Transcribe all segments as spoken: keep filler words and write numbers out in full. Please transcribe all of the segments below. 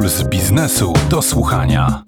Z biznesu do słuchania.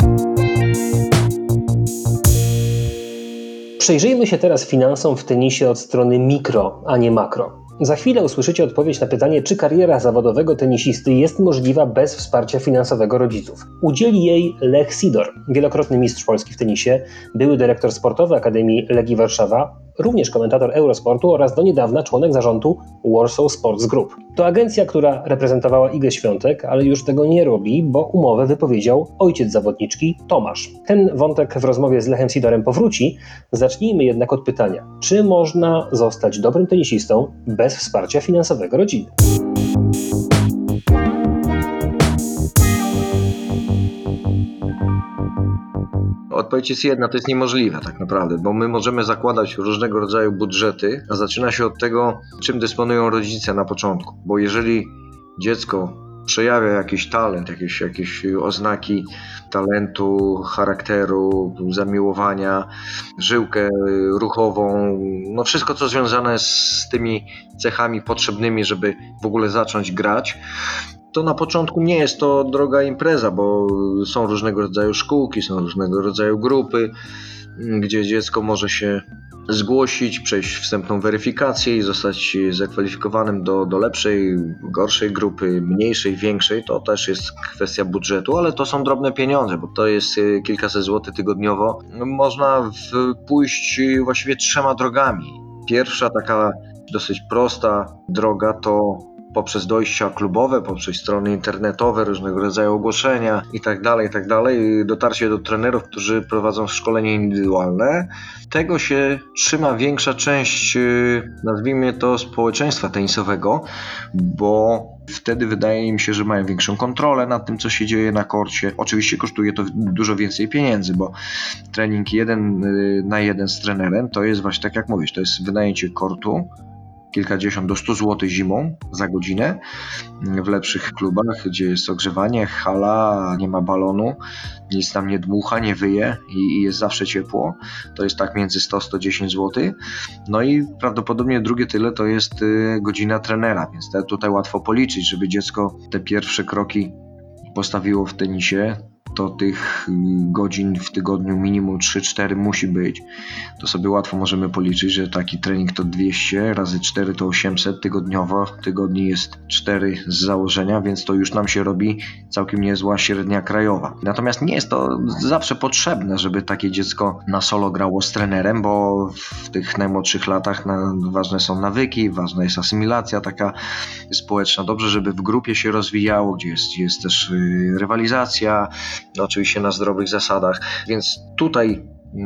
Przyjrzyjmy się teraz finansom w tenisie od strony mikro, a nie makro. Za chwilę usłyszycie odpowiedź na pytanie, czy kariera zawodowego tenisisty jest możliwa bez wsparcia finansowego rodziców. Udzieli jej Lech Sidor, wielokrotny mistrz Polski w tenisie, były dyrektor sportowy Akademii Legii Warszawa, również komentator Eurosportu oraz do niedawna członek zarządu Warsaw Sports Group. To agencja, która reprezentowała Igę Świątek, ale już tego nie robi, bo umowę wypowiedział ojciec zawodniczki, Tomasz. Ten wątek w rozmowie z Lechem Sidorem powróci. Zacznijmy jednak od pytania, czy można zostać dobrym tenisistą bez wsparcia finansowego rodziny? Odpowiedź jest jedna, to jest niemożliwe tak naprawdę, bo my możemy zakładać różnego rodzaju budżety, a zaczyna się od tego, czym dysponują rodzice na początku, bo jeżeli dziecko przejawia jakiś talent, jakieś, jakieś oznaki talentu, charakteru, zamiłowania, żyłkę ruchową, no wszystko co związane z tymi cechami potrzebnymi, żeby w ogóle zacząć grać, to na początku nie jest to droga impreza, bo są różnego rodzaju szkółki, są różnego rodzaju grupy, gdzie dziecko może się zgłosić, przejść wstępną weryfikację i zostać zakwalifikowanym do, do lepszej, gorszej grupy, mniejszej, większej. To też jest kwestia budżetu, ale to są drobne pieniądze, bo to jest kilkaset złotych tygodniowo. Można w, pójść właściwie trzema drogami. Pierwsza taka dosyć prosta droga to poprzez dojścia klubowe, poprzez strony internetowe, różnego rodzaju ogłoszenia i tak dalej, i tak dalej, dotarcie do trenerów, którzy prowadzą szkolenie indywidualne. Tego się trzyma większa część, nazwijmy to, społeczeństwa tenisowego, bo wtedy wydaje mi się, że mają większą kontrolę nad tym, co się dzieje na korcie. Oczywiście kosztuje to dużo więcej pieniędzy, bo trening jeden na jeden z trenerem to jest właśnie tak jak mówisz, to jest wynajęcie kortu, kilkadziesiąt do stu złotych zimą za godzinę w lepszych klubach, gdzie jest ogrzewanie, hala, nie ma balonu, nic tam nie dmucha, nie wyje i jest zawsze ciepło. To jest tak między sto a sto dziesięć złotych. No i prawdopodobnie drugie tyle to jest godzina trenera, więc tutaj łatwo policzyć, żeby dziecko te pierwsze kroki postawiło w tenisie. To tych godzin w tygodniu minimum trzy cztery musi być. To sobie łatwo możemy policzyć, że taki trening to dwieście razy cztery to osiemset tygodniowo. Tygodni jest cztery z założenia, więc to już nam się robi całkiem niezła średnia krajowa. Natomiast nie jest to zawsze potrzebne, żeby takie dziecko na solo grało z trenerem, bo w tych najmłodszych latach na, ważne są nawyki, ważna jest asymilacja taka społeczna. Dobrze, żeby w grupie się rozwijało, gdzie jest, gdzie jest też rywalizacja, no oczywiście na zdrowych zasadach, więc tutaj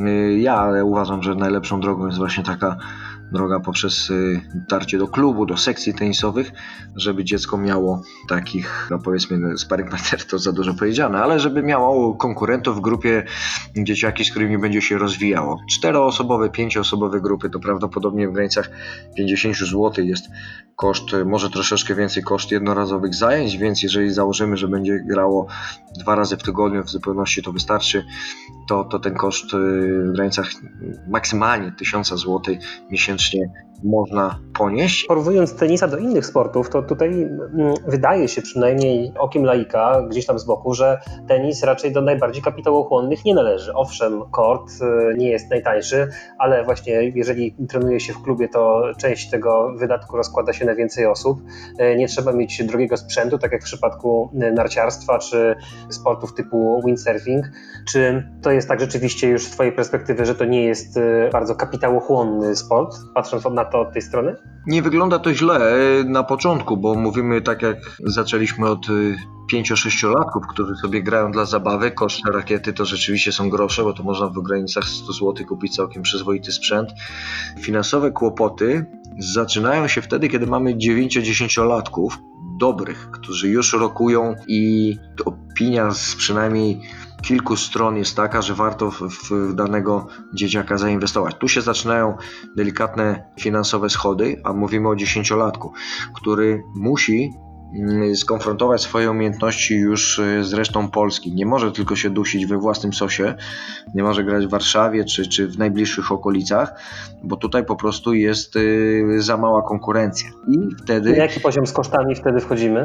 ja uważam, że najlepszą drogą jest właśnie taka droga poprzez dotarcie do klubu, do sekcji tenisowych, żeby dziecko miało takich, no powiedzmy, sparring partner to za dużo powiedziane, ale żeby miało konkurentów w grupie dzieciaki, z którymi będzie się rozwijało. Czteroosobowe, pięcioosobowe grupy to prawdopodobnie w granicach pięćdziesiąt złotych jest koszt, może troszeczkę więcej koszt jednorazowych zajęć, więc jeżeli założymy, że będzie grało dwa razy w tygodniu, w zupełności to wystarczy, to, to ten koszt w granicach maksymalnie tysiąc złotych miesięcznie można ponieść. Porównując tenisa do innych sportów, to tutaj mm, wydaje się przynajmniej okiem laika gdzieś tam z boku, że tenis raczej do najbardziej kapitałochłonnych nie należy. Owszem, kort nie jest najtańszy, ale właśnie jeżeli trenuje się w klubie, to część tego wydatku rozkłada się na więcej osób. Nie trzeba mieć drogiego sprzętu, tak jak w przypadku narciarstwa czy sportów typu windsurfing. Czy to jest tak rzeczywiście już z twojej perspektywy, że to nie jest bardzo kapitałochłonny sport, patrząc na to od tej strony? Nie wygląda to źle na początku, bo mówimy tak jak zaczęliśmy od pięcio-sześciolatków, którzy sobie grają dla zabawy. Koszty rakiety to rzeczywiście są grosze, bo to można w granicach stu złotych kupić całkiem przyzwoity sprzęt. Finansowe kłopoty zaczynają się wtedy, kiedy mamy dziewięcio-dziesięciolatków dobrych, którzy już rokują i opinia z przynajmniej kilku stron jest taka, że warto w, w danego dzieciaka zainwestować. Tu się zaczynają delikatne finansowe schody, a mówimy o dziesięciolatku, który musi skonfrontować swoje umiejętności już z resztą Polski. Nie może tylko się dusić we własnym sosie, nie może grać w Warszawie czy, czy w najbliższych okolicach, bo tutaj po prostu jest za mała konkurencja. I wtedy... Na jaki poziom z kosztami wtedy wchodzimy?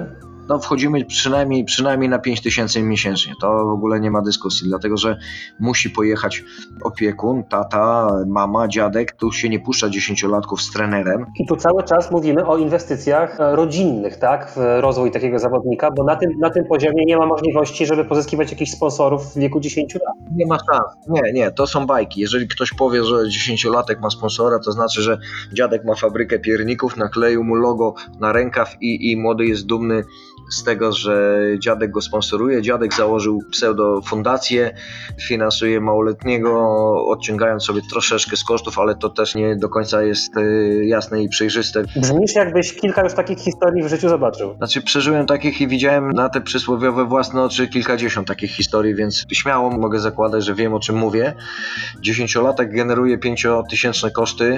no wchodzimy przynajmniej, przynajmniej na pięć tysięcy miesięcznie. To w ogóle nie ma dyskusji, dlatego że musi pojechać opiekun, tata, mama, dziadek. Tu się nie puszcza dziesięciolatków z trenerem. I tu cały czas mówimy o inwestycjach rodzinnych, tak, w rozwój takiego zawodnika, bo na tym, na tym poziomie nie ma możliwości, żeby pozyskiwać jakichś sponsorów w wieku dziesięciu lat. Nie ma szans. Nie, nie, to są bajki. Jeżeli ktoś powie, że dziesięciolatek ma sponsora, to znaczy, że dziadek ma fabrykę pierników, nakleił mu logo na rękaw i, i młody jest dumny z tego, że dziadek go sponsoruje. Dziadek założył pseudofundację, finansuje małoletniego, odciągając sobie troszeczkę z kosztów, ale to też nie do końca jest jasne i przejrzyste. Brzmisz, jakbyś kilka już takich historii w życiu zobaczył. Znaczy przeżyłem takich i widziałem na te przysłowiowe własne oczy kilkadziesiąt takich historii, więc śmiało mogę zakładać, że wiem, o czym mówię. Dziesięciolatek generuje pięciotysięczne koszty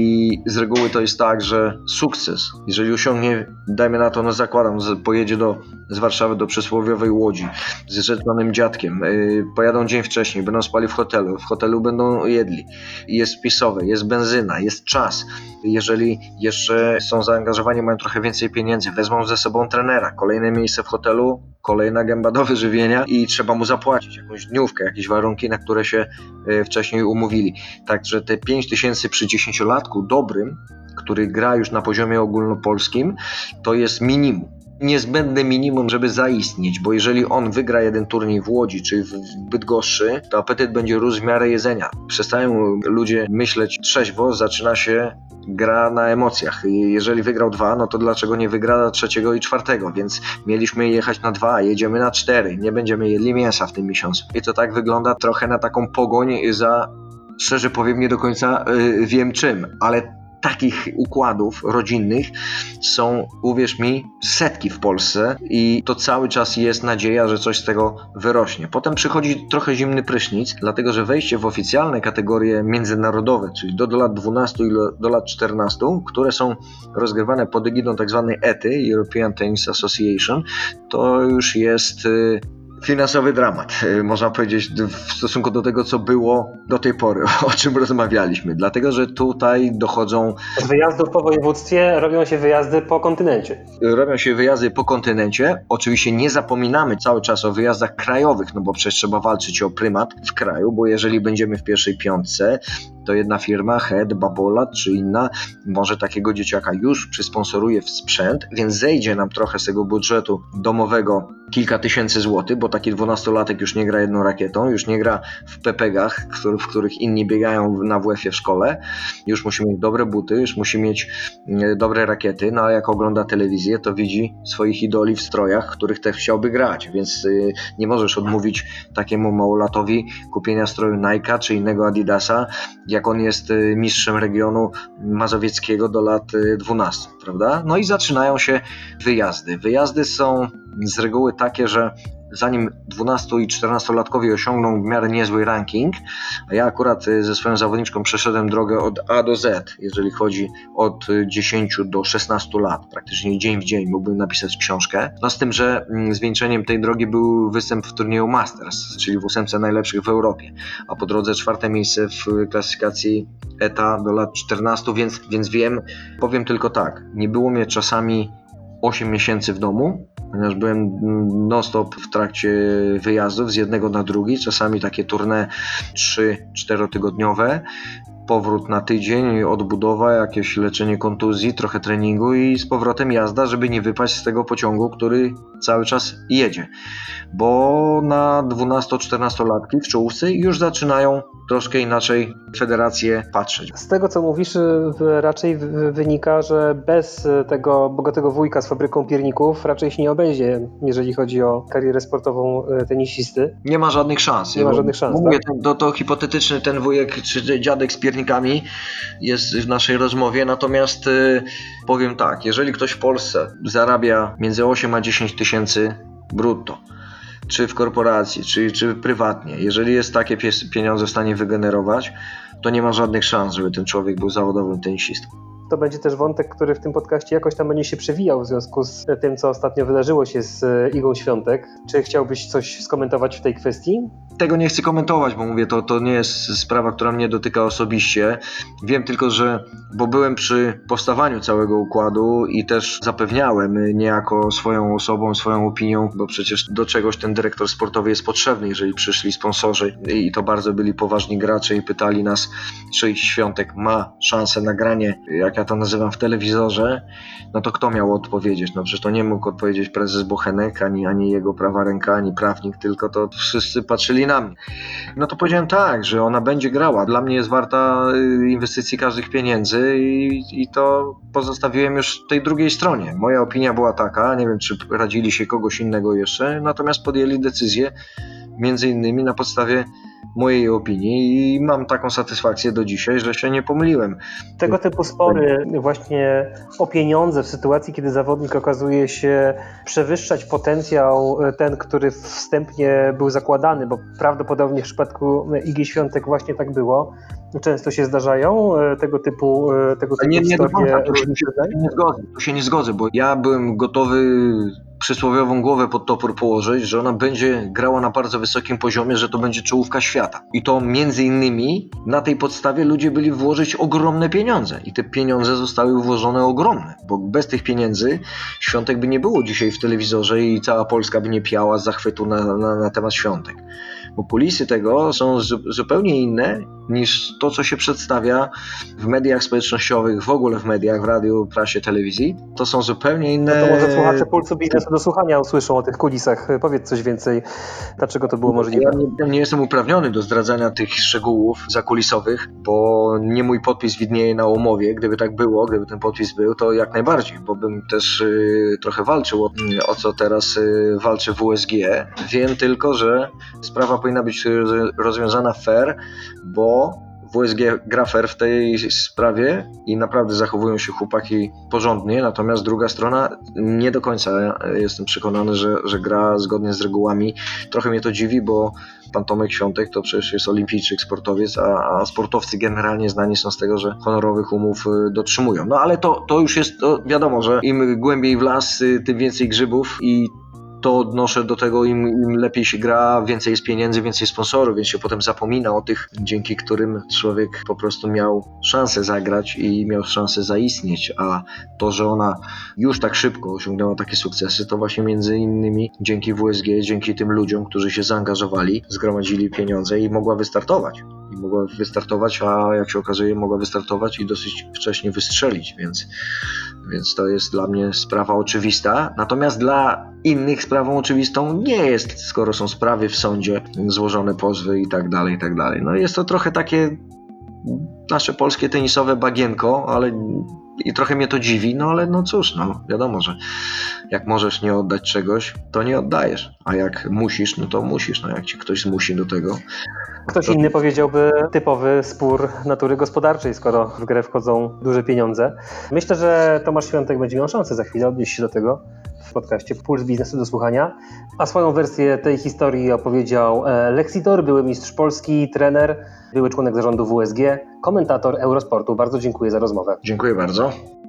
i z reguły to jest tak, że sukces, jeżeli osiągnie, dajmy na to, no zakładam, pojedzie do, z Warszawy do przysłowiowej Łodzi z rzeczonym dziadkiem, yy, pojadą dzień wcześniej, będą spali w hotelu, w hotelu będą jedli, jest wpisowe, jest benzyna, jest czas. Jeżeli jeszcze są zaangażowani, mają trochę więcej pieniędzy, wezmą ze sobą trenera, kolejne miejsce w hotelu, kolejna gęba do wyżywienia i trzeba mu zapłacić jakąś dniówkę, jakieś warunki, na które się yy, wcześniej umówili. Także te pięć tysięcy przy dziesięciolatku dobrym, który gra już na poziomie ogólnopolskim, to jest minimum. Niezbędne minimum, żeby zaistnieć, bo jeżeli on wygra jeden turniej w Łodzi czy w Bydgoszczy, to apetyt będzie rósł w miarę jedzenia. Przestają ludzie myśleć trzeźwo, zaczyna się gra na emocjach. Jeżeli wygrał dwa, no to dlaczego nie wygra trzeciego i czwartego? Więc mieliśmy jechać na dwa, jedziemy na cztery, nie będziemy jedli mięsa w tym miesiącu. I to tak wygląda trochę na taką pogoń za, szczerze powiem, nie do końca yy, wiem czym, ale takich układów rodzinnych są, uwierz mi, setki w Polsce i to cały czas jest nadzieja, że coś z tego wyrośnie. Potem przychodzi trochę zimny prysznic, dlatego że wejście w oficjalne kategorie międzynarodowe, czyli do, do lat dwunastu i do, do lat czternastu, które są rozgrywane pod egidą tzw. E T Y, European Tennis Association, to już jest y, finansowy dramat, można powiedzieć, w stosunku do tego, co było do tej pory, o czym rozmawialiśmy. Dlatego, że tutaj dochodzą... Z wyjazdów po województwie robią się wyjazdy po kontynencie. Robią się wyjazdy po kontynencie. Oczywiście nie zapominamy cały czas o wyjazdach krajowych, no bo przecież trzeba walczyć o prymat w kraju, bo jeżeli będziemy w pierwszej piątce, to jedna firma, Head, Babolat czy inna, może takiego dzieciaka już przysponsoruje w sprzęt, więc zejdzie nam trochę z tego budżetu domowego kilka tysięcy złotych, bo taki dwunastolatek już nie gra jedną rakietą, już nie gra w pepegach, w których inni biegają na W F-ie w szkole, już musi mieć dobre buty, już musi mieć dobre rakiety, no a jak ogląda telewizję, to widzi swoich idoli w strojach, których też chciałby grać, więc nie możesz odmówić takiemu małolatowi kupienia stroju Nike'a czy innego Adidasa, jak on jest mistrzem regionu mazowieckiego do lat dwunastu, prawda? No i zaczynają się wyjazdy. Wyjazdy są z reguły takie, że zanim dwunasto- i czternastolatkowie osiągną w miarę niezły ranking, a ja akurat ze swoją zawodniczką przeszedłem drogę od A do Z, jeżeli chodzi od dziesięciu do szesnastu lat, praktycznie dzień w dzień mógłbym napisać książkę. No z tym, że zwieńczeniem tej drogi był występ w turnieju Masters, czyli w ósemce najlepszych w Europie, a po drodze czwarte miejsce w klasyfikacji E T A do lat czternastu, więc, więc wiem, powiem tylko tak, nie było mnie czasami osiem miesięcy w domu, ponieważ byłem non-stop w trakcie wyjazdów z jednego na drugi, czasami takie tournée trzy cztero tygodniowe, powrót na tydzień, odbudowa, jakieś leczenie kontuzji, trochę treningu i z powrotem jazda, żeby nie wypaść z tego pociągu, który cały czas jedzie. Bo na dwunasto-czternastolatki w czołówce już zaczynają troszkę inaczej federacje patrzeć. Z tego, co mówisz, raczej wynika, że bez tego bogatego wujka z fabryką pierników raczej się nie obędzie, jeżeli chodzi o karierę sportową tenisisty. Nie ma żadnych szans. Nie ma żadnych szans, Mówię, tak? to, to hipotetyczny ten wujek czy dziadek z piernikami jest w naszej rozmowie, natomiast y, powiem tak, jeżeli ktoś w Polsce zarabia między osiem a dziesięć tysięcy brutto, czy w korporacji, czy, czy prywatnie, jeżeli jest takie pieniądze w stanie wygenerować, to nie ma żadnych szans, żeby ten człowiek był zawodowym tenisistą. To będzie też wątek, który w tym podcaście jakoś tam będzie się przewijał w związku z tym, co ostatnio wydarzyło się z Igą Świątek. Czy chciałbyś coś skomentować w tej kwestii? tego nie chcę komentować, bo mówię, to, to nie jest sprawa, która mnie dotyka osobiście. Wiem tylko, że, bo byłem przy powstawaniu całego układu i też zapewniałem niejako swoją osobą, swoją opinią, bo przecież do czegoś ten dyrektor sportowy jest potrzebny, jeżeli przyszli sponsorzy i to bardzo byli poważni gracze i pytali nas, czy Świątek ma szansę na granie, jak ja to nazywam, w telewizorze, no to kto miał odpowiedzieć? No przecież to nie mógł odpowiedzieć prezes Bochenek, ani, ani jego prawa ręka, ani prawnik, tylko to wszyscy patrzyli na mnie. No to powiedziałem tak, że ona będzie grała. Dla mnie jest warta inwestycji każdych pieniędzy i, i to pozostawiłem już tej drugiej stronie. Moja opinia była taka, nie wiem, czy radzili się kogoś innego jeszcze, natomiast podjęli decyzję między innymi na podstawie mojej opinii i mam taką satysfakcję do dzisiaj, że się nie pomyliłem. Tego typu spory właśnie o pieniądze w sytuacji, kiedy zawodnik okazuje się przewyższać potencjał ten, który wstępnie był zakładany, bo prawdopodobnie w przypadku Igi Świątek właśnie tak było. Często się zdarzają tego typu, tego typu nie, nie historie. Nie, tu się, się nie zgodzę, tu się nie zgodzę, bo ja byłem gotowy przysłowiową głowę pod topór położyć, że ona będzie grała na bardzo wysokim poziomie, że to będzie czołówka świata. I to między innymi na tej podstawie ludzie byli włożyć ogromne pieniądze i te pieniądze zostały włożone ogromne, bo bez tych pieniędzy Świątek by nie było dzisiaj w telewizorze i cała Polska by nie piała z zachwytu na, na, na temat Świątek. Bo kulisy tego są zupełnie inne niż to, co się przedstawia w mediach społecznościowych, w ogóle w mediach, w radiu, prasie, telewizji. To są zupełnie inne... No to może słuchacze Pulsu Biznesu do Słuchania usłyszą o tych kulisach. Powiedz coś więcej, dlaczego to było możliwe. Ja nie, nie jestem uprawniony do zdradzania tych szczegółów zakulisowych, bo nie mój podpis widnieje na umowie. Gdyby tak było, gdyby ten podpis był, to jak najbardziej, bo bym też y, trochę walczył o, o co teraz y, walczy W S G. Wiem tylko, że sprawa powinna być rozwiązana fair, bo W S G gra fair w tej sprawie i naprawdę zachowują się chłopaki porządnie, natomiast druga strona nie do końca jestem przekonany, że, że gra zgodnie z regułami. Trochę mnie to dziwi, bo pan Tomek Świątek to przecież jest olimpijczyk, sportowiec, a, a sportowcy generalnie znani są z tego, że honorowych umów dotrzymują. No ale to, to już jest, to wiadomo, że im głębiej w las, tym więcej grzybów i to odnoszę do tego, im, im lepiej się gra, więcej jest pieniędzy, więcej sponsorów, więc się potem zapomina o tych, dzięki którym człowiek po prostu miał szansę zagrać i miał szansę zaistnieć, a to, że ona już tak szybko osiągnęła takie sukcesy, to właśnie między innymi dzięki W S G, dzięki tym ludziom, którzy się zaangażowali, zgromadzili pieniądze i mogła wystartować. I mogła wystartować, a jak się okazuje, mogła wystartować i dosyć wcześnie wystrzelić, więc, więc to jest dla mnie sprawa oczywista. Natomiast dla innych sprawą oczywistą nie jest, skoro są sprawy w sądzie, złożone pozwy i tak dalej, i tak dalej. No jest to trochę takie nasze polskie tenisowe bagienko, ale i trochę mnie to dziwi, no ale no cóż, no wiadomo, że jak możesz nie oddać czegoś, to nie oddajesz, a jak musisz, no to musisz, no jak ci ktoś zmusi do tego. Ktoś to... inny powiedziałby typowy spór natury gospodarczej, skoro w grę wchodzą duże pieniądze. Myślę, że Tomasz Świątek będzie miał szansę za chwilę odnieść się do tego w podcaście Puls Biznesu do Słuchania, a swoją wersję tej historii opowiedział Lexitor, były mistrz Polski, trener, były członek zarządu W S G, komentator Eurosportu. Bardzo dziękuję za rozmowę. Dziękuję bardzo.